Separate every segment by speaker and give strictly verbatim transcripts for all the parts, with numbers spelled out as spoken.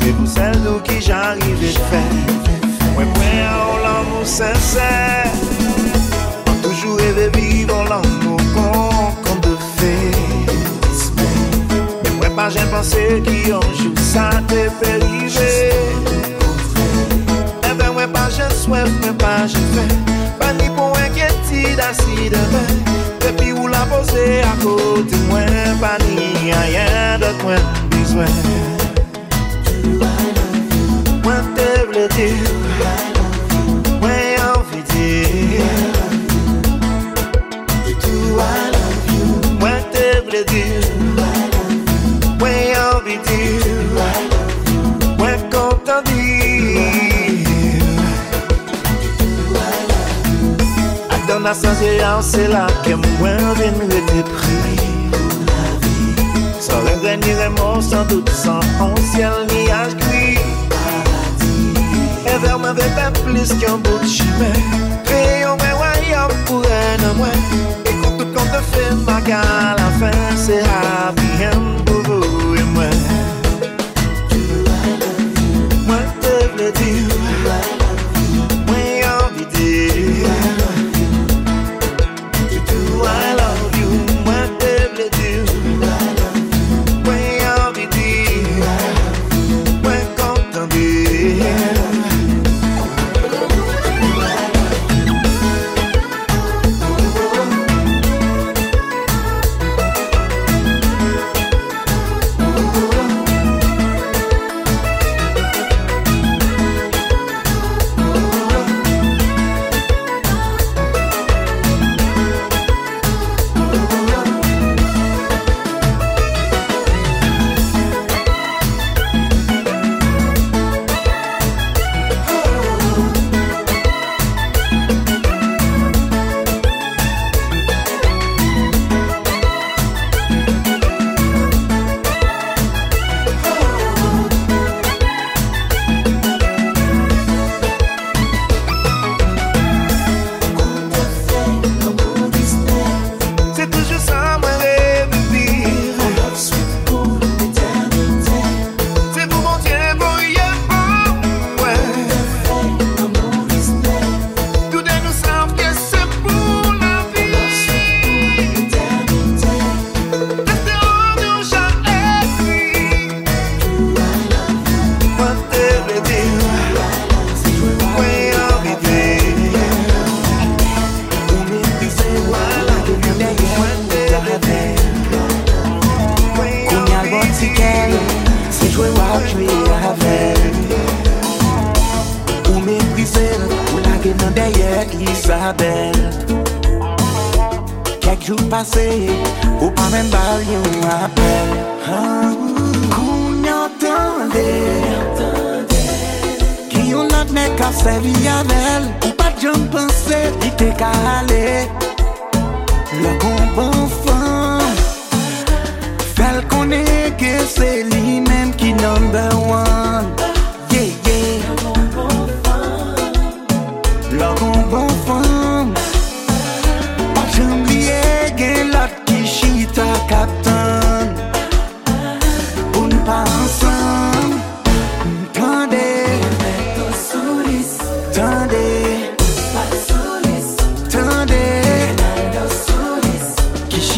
Speaker 1: c'est pour celle d'où qui j'arrive de faire. Ouais, ouais, on l'amour sincère. On toujours rêvé vivre l'amour qu'on de fait. Mais ouais, pas j'ai pensé qu'il y a un jour ça te fait arriver. Eh ben, ouais, pas j'ai soif, mais pas j'ai fait. Pas ni pour inquiétude assis demain. Depuis où la poser à côté, moi, pas ni rien d'autre, moi, besoin. Moi, te voulais dire, moi, envie de dire. Moi, te voulais dire, moi, envie de dire. Moi, content de dire. Dans la séance, c'est là que moi, je viens de pris. Sans regret ni remords, sans doute, sans un ciel ni âge gris. Et vers moi, avec pas plus qu'un bout de chemin. Créons un royaume pour un homme. Et quand tout compte fait ma gare, la fin, c'est happy end pour vous et moi. Moi, te voulais dire, moi, envie de dire. I love you, moi, te voulais dire. Moi, envie de dire. Moi, content de dire.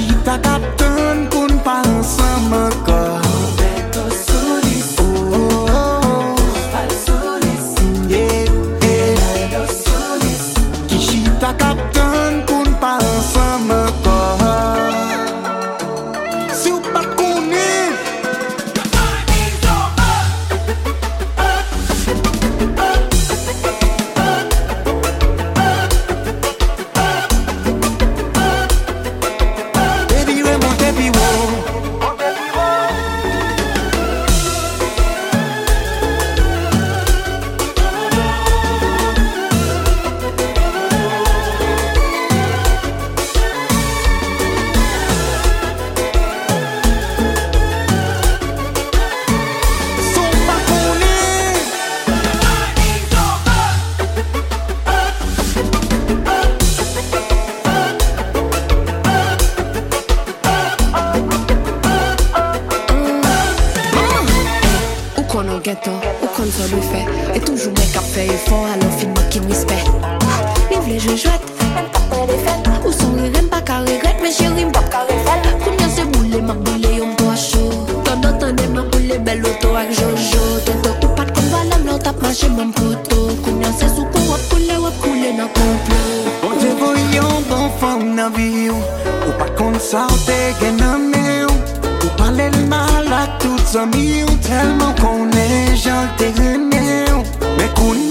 Speaker 2: Oh qu'on en ghetto, ou qu'on se le fait. Et toujours mes cafés fort, alors film qui me respect. Vive les jeux jouettes, ou son rire, pas carré, mais chérie, pas carré. Combien c'est boulé, ma boulé, on doit chaud. Pendant temps, ma boulé, belle auto avec Jojo. Tonton, ou pas de combat, l'homme, l'autre tape, marché, mon poteau. Combien c'est sous quoi, wap coulé, wap coulé, n'a complot.
Speaker 3: On te voyons, bon femme, n'a vie, ou pas qu'on sorte, qu'un homme, ou parler le mal à toutes amis, tellement qu'on est, j'en t'ai rené, mais qu'on y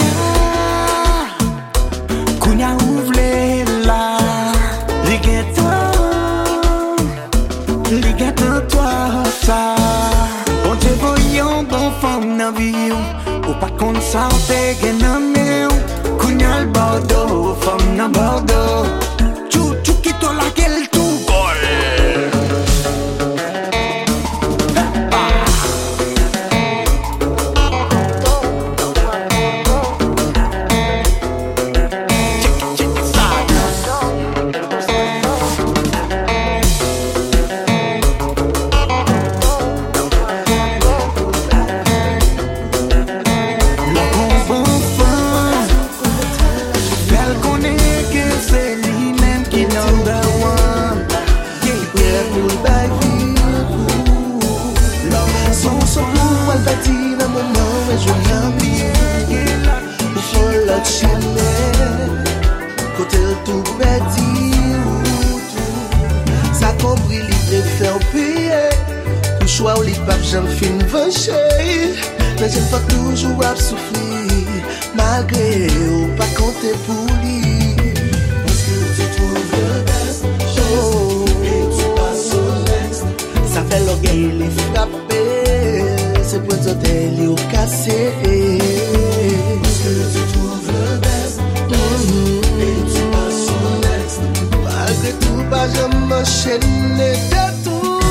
Speaker 3: a, qu'on y a ouvré là, les gâteaux, les gâteaux, toi, ça. On te voyons, bon femme, n'a vie, ou pas qu'on sorte, qu'un homme, qu'on y a le Bordeaux, femme, n'a Bordeaux, tu, tu quittes la gueule, tout.
Speaker 4: Choix ou les papes, j'en fin vacher. Mais j'aime pas toujours à souffrir, malgré ou pas compter pour lui. Parce que tu trouves le best, oh, et tu passes au next. Ça fait l'orgueil, les frapper, c'est pour t'ôter, les au casser. Parce que tu trouves le best, mm-hmm. Et tu passes au next. Malgré tout, pas j'aime m'enchaîner de tout.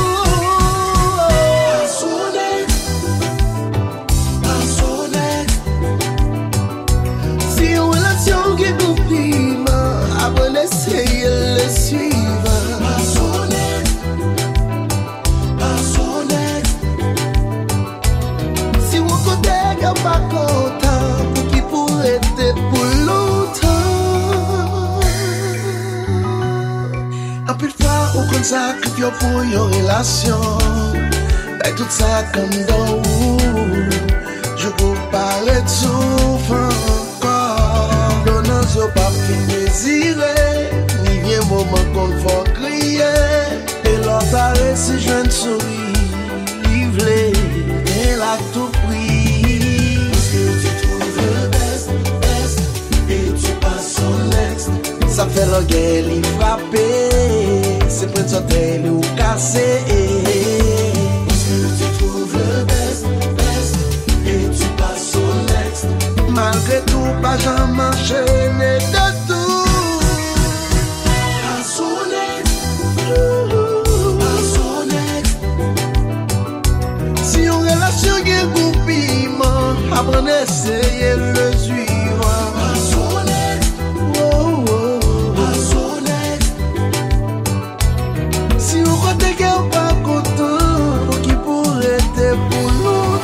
Speaker 4: Avant d'essayer le suivre, pas honnête, pas honnête. Si vous côté y'a pas content, pour qui pourrait être pour longtemps. Un peu de fois, on compte ça que tu as pour une relation. T'as tout ça comme dans où je peux parler de souffrance. Yo pas fin désirer, ni vient moment qu'on faut crier. Et l'autre arrêt si je ne souris, livré, et là tout prix. Parce que tu trouves le best, best, et tu passes au next. Ça fait l'orgueil, il frapper, c'est près de sauter ou casser. Parce que tu trouves le best, best, et tu passes au next. Malgré tout, pas jamais enchaîné de tout. Pas honnête, pas honnête. Si on relation y est goupillement, apprendre à essayer le suivre. Pas honnête, oh, oh, pas honnête. Si on côté qu'elle pas content, qui pourrait être pour l'autre.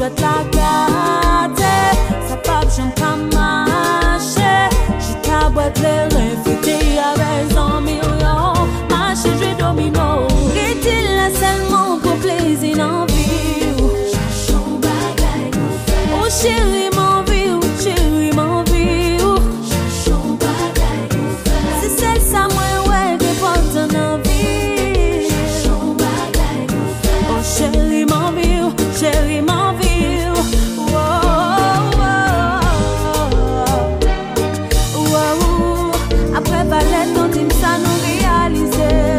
Speaker 5: jouette la garder. Ça pas j'en pas marcher. J'ai ta boîte les réfugiés avec un million. Marcher, je domino. Est-il là seulement pour plaisir en vie? Chachon bagaille nous fait. Oh chérie, mon vie, oh chérie, mon vie. Chachon bagaille nous fait. C'est celle ça moi ouais qui porte en vie. Chachon bagaille nous fait. Oh chérie, mon vie, oh chérie, mon vie. Oh, oh, oh, oh. Après ballet, on dit ça nous réaliser.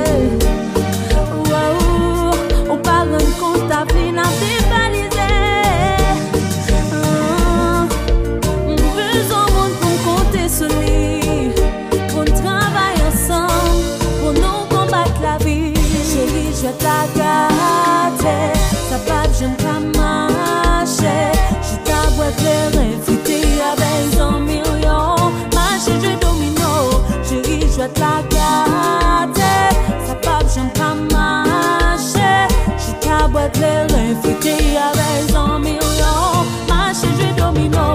Speaker 5: On parle d'un compte à fin à dévaliser. On veut un monde pour compter sur lui. On travaille ensemble pour nous combattre la vie. Chérie, je vais la gâter. Ta pape, j'aime pas marcher. Je t'avoue les réfugiés avec un million. Marcher, je domino. Chérie, je vais la gâter. Ta pape, j'aime pas marcher. Ta boîte les réfugiés avec un million. Marcher, je domino.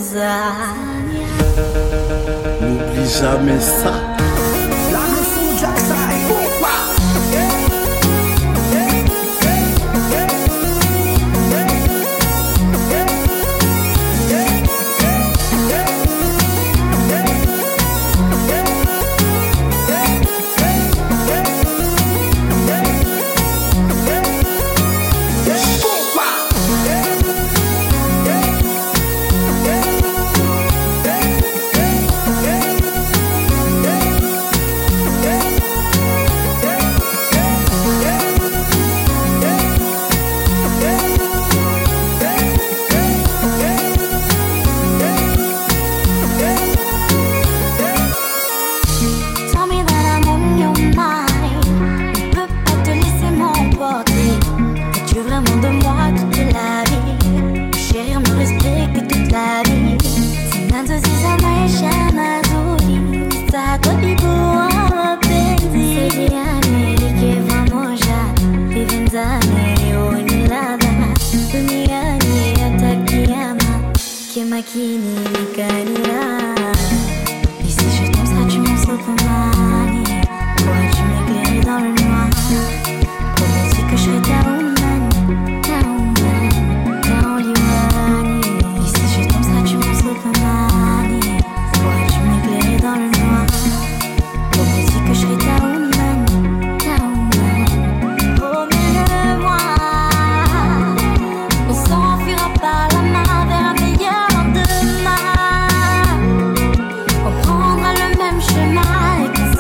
Speaker 5: ça.
Speaker 4: N'oublie jamais ça.
Speaker 3: La leçon Jackson, pourquoi?
Speaker 5: Chemin et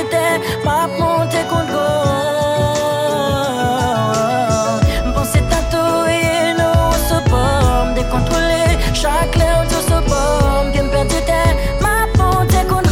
Speaker 5: terre, pas monter contre go. Pensez tantôt et non, on se bombe, décontrôler chaque l'air de ce bombe, qui me perd du terre, ma monter contre go.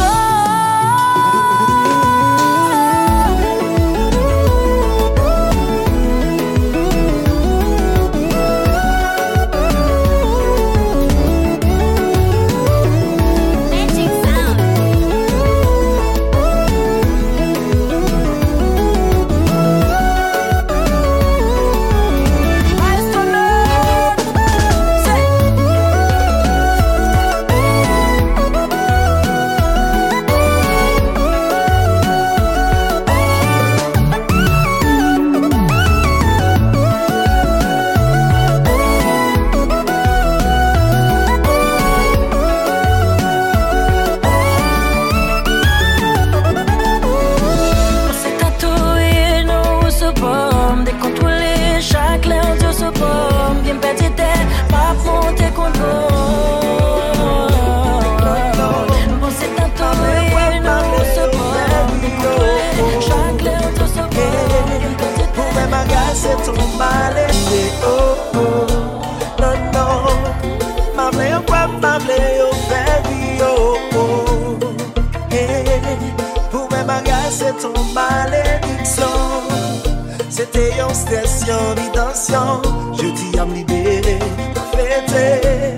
Speaker 1: C'était une station d'intention, je t'y ai libéré, fêté.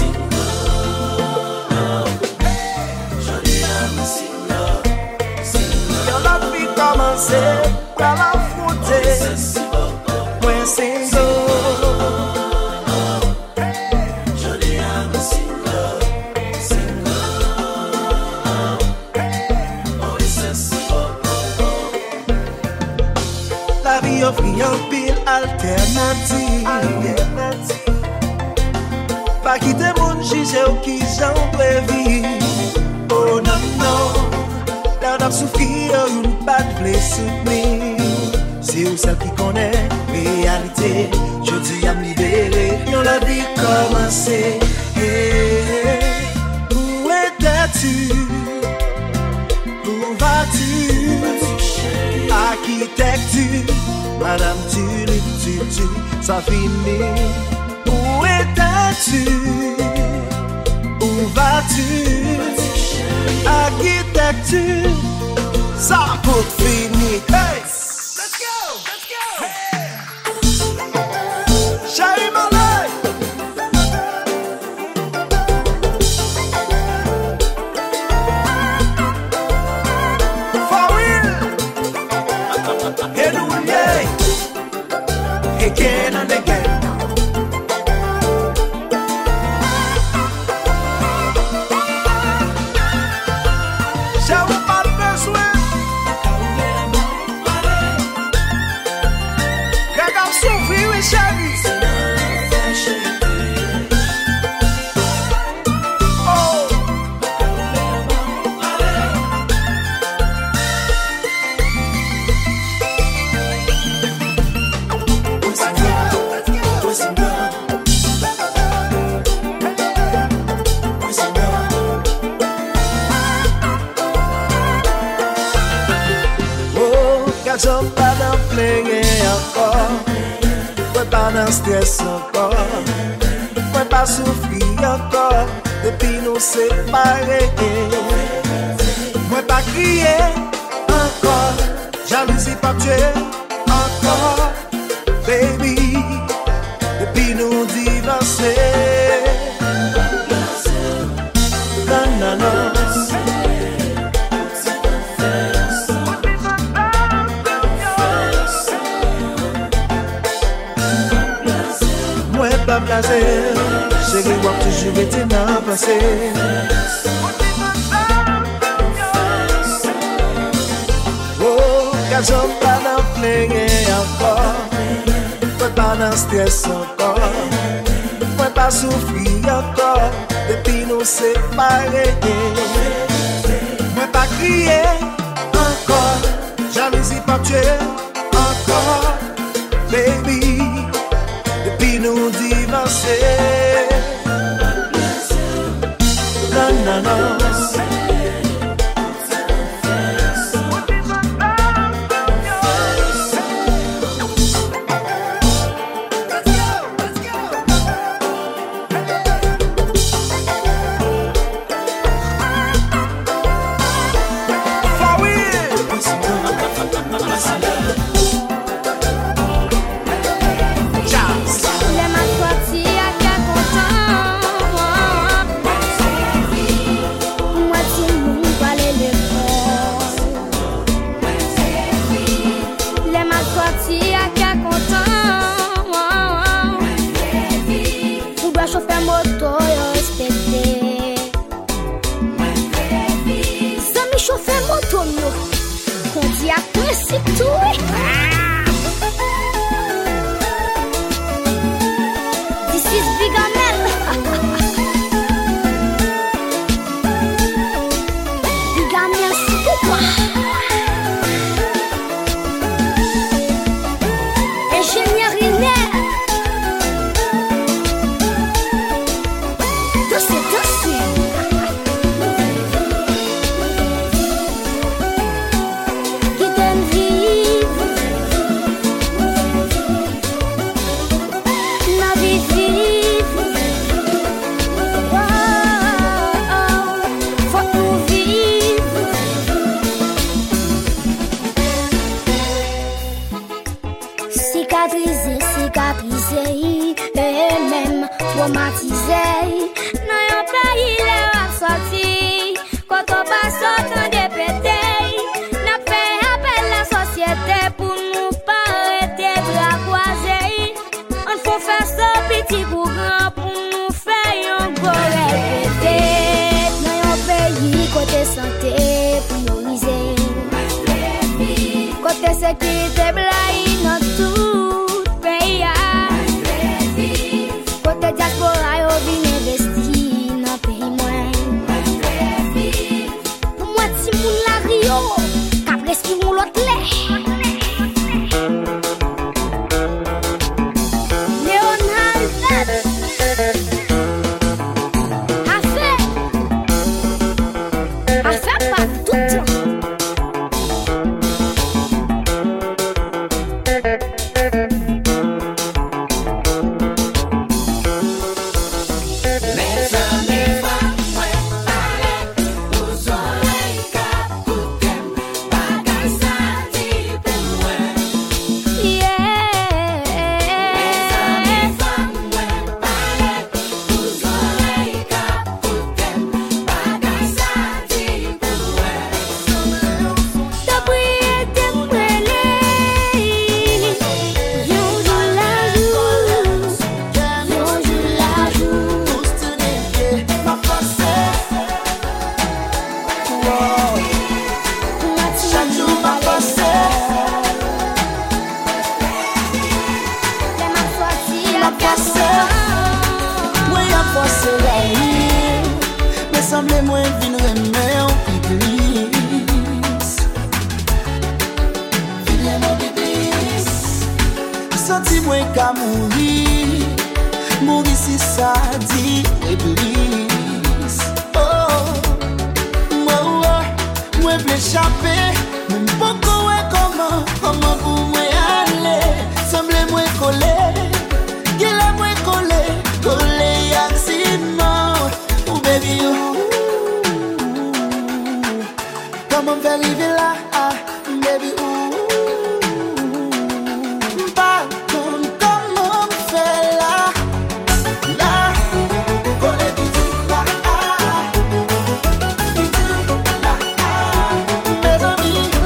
Speaker 1: Quand la vie commençait à l'affronter, moi c'est offrir un pile alternative. Pas quitter mon juge ou qui j'en prévis. Oh non, non, là on a souffert une pas de blessure. C'est où celle qui connaît réalité. Je dis à me libérer, on la vie commencé. Hey, où étais-tu? Où vas-tu? À qui t'es-tu? Madame, tu, tu, tu, ça finit. Où étais-tu? Où vas-tu? À qui t'es-tu? Ça pour finir. Hey! Let's go! Let's go! Hey! Chérie, mon œil! For real! Again and again. J'ai pas besoin. Regarde souffrir, oui, chérie. J'en pas d'en plaigner encore, moi pas d'en stress encore, moi pas souffrir encore, depuis nous séparer. Moi pas crier encore, jalousie pas tuer encore, baby, depuis nous divorcer. Non, non, non. Pas blasé, chérie, moi toujours été dans le passé. Oh, car j'en pas d'en plaigner encore, moi pas d'en stress encore, moi pas souffrir encore, depuis nous séparer. Moi pas crier encore, jalousie pas tuer encore, baby. Depuis nous divorcer. Non, non, non.
Speaker 6: brisé, cicatrisé, et même traumatisé. Dans un pays, les rats sortis, quand on passe au temps de péter, n'a fait appel à la société pour nous pas arrêter bras croisés. On faut faire ça petit ou grand pour nous faire un gros répéter. Dans un pays, côté santé, priorisé, côté sécurité, blague dans tout pays. Côté diaspora, yo vin investi dans pays moins. Moi, si moun la rio, k'ap respirons l'autre lait. Léonard a fait, a fait pas tout le temps.
Speaker 3: Semblez-moi vin remet en iblis. Vin en iblis. Senti-moi qu'à mourir. Mourir si ça dit iblis. Oh, moi, moi, moi veux échapper. Même pas comment, comment pour moi aller. Semblez-moi coller. Qu'il a moi coller. Coller accident. Oh baby, oh. Comment on fait arriver là, ah, baby, ouh. Par contre, comment on fait là, là, collé tout là, ah, tout là, ah, mes amis.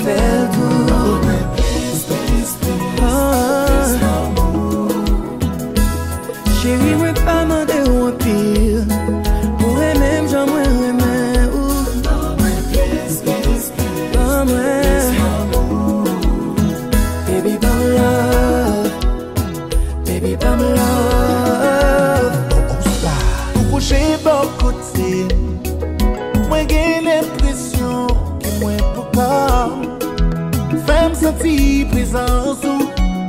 Speaker 3: fait tout. Chérie, moi pas mandé ou un pire. Pour même j'en moi remets ou. Pas moi. Baby, pas me love. Baby, pas me love.
Speaker 1: Pour coucher bon côté, moi j'ai l'impression que moi peux pas faire me sentir présence ou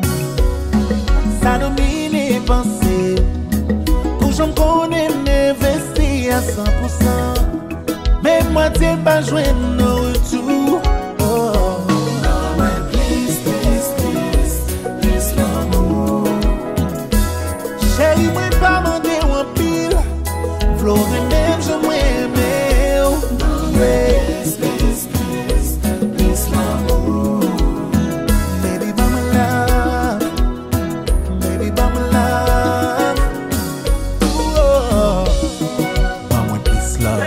Speaker 1: ça domine les pensées. Pour j'en connais m'investir à cent pour cent. Mais moi t'es pas joint nos retours. Oh. Please, please, please, please l'amour. Chérie, moi pas mandé ou en pile. V'l'aurais même je m'aimais. Oh. Please, please, please, please l'amour. Baby, by my love. Baby, by my love. Ooh, oh. I want this love.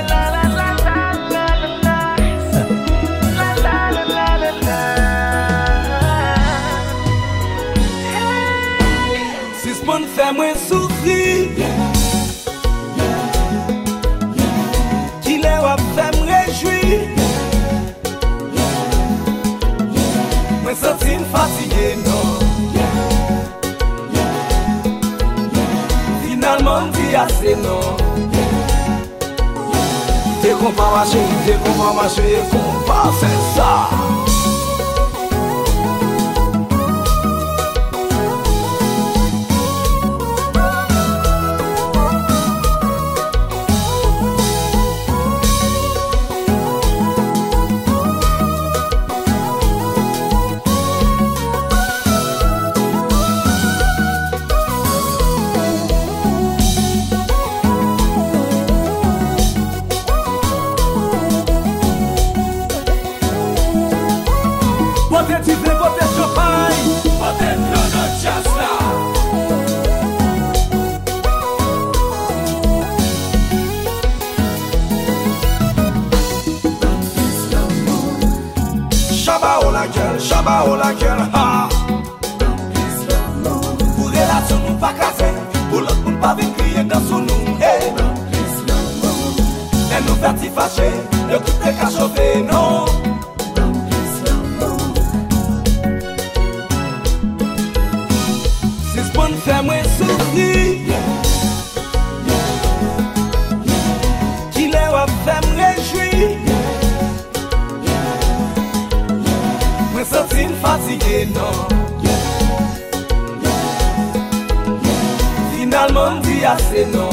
Speaker 3: Si ce monde fait moins souffrir, qu'il est ou fait me réjouir. Moi senti fatigué non. Finalement dit assez non. Dès qu'on va marcher, dès qu'on va marcher, qu'on va faire ça.
Speaker 7: Chaba ou la gueule, ha. Pour relation nous pas casser, pour l'autre nous pas venir crier dans son nous, hey. Mais nous faire t'y fâcher, le coup de qu'à chauffer, non.
Speaker 3: C'est ce qu'on fait moins souffrir. Qu'il est ou fait me réjouir. Moi senti fatigué non. Finalement dit assez non.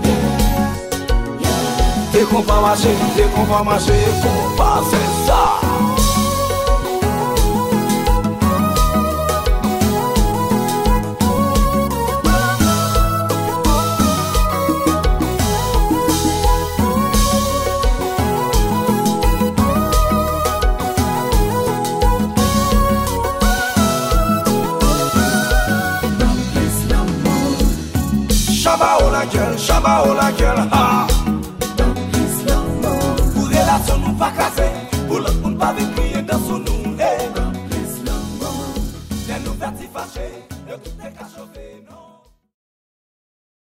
Speaker 7: Dès qu'on va marcher, dès qu'on va marcher, qu'on va faire ça. Chaba ou la gueule, chaba ou la gueule, ha.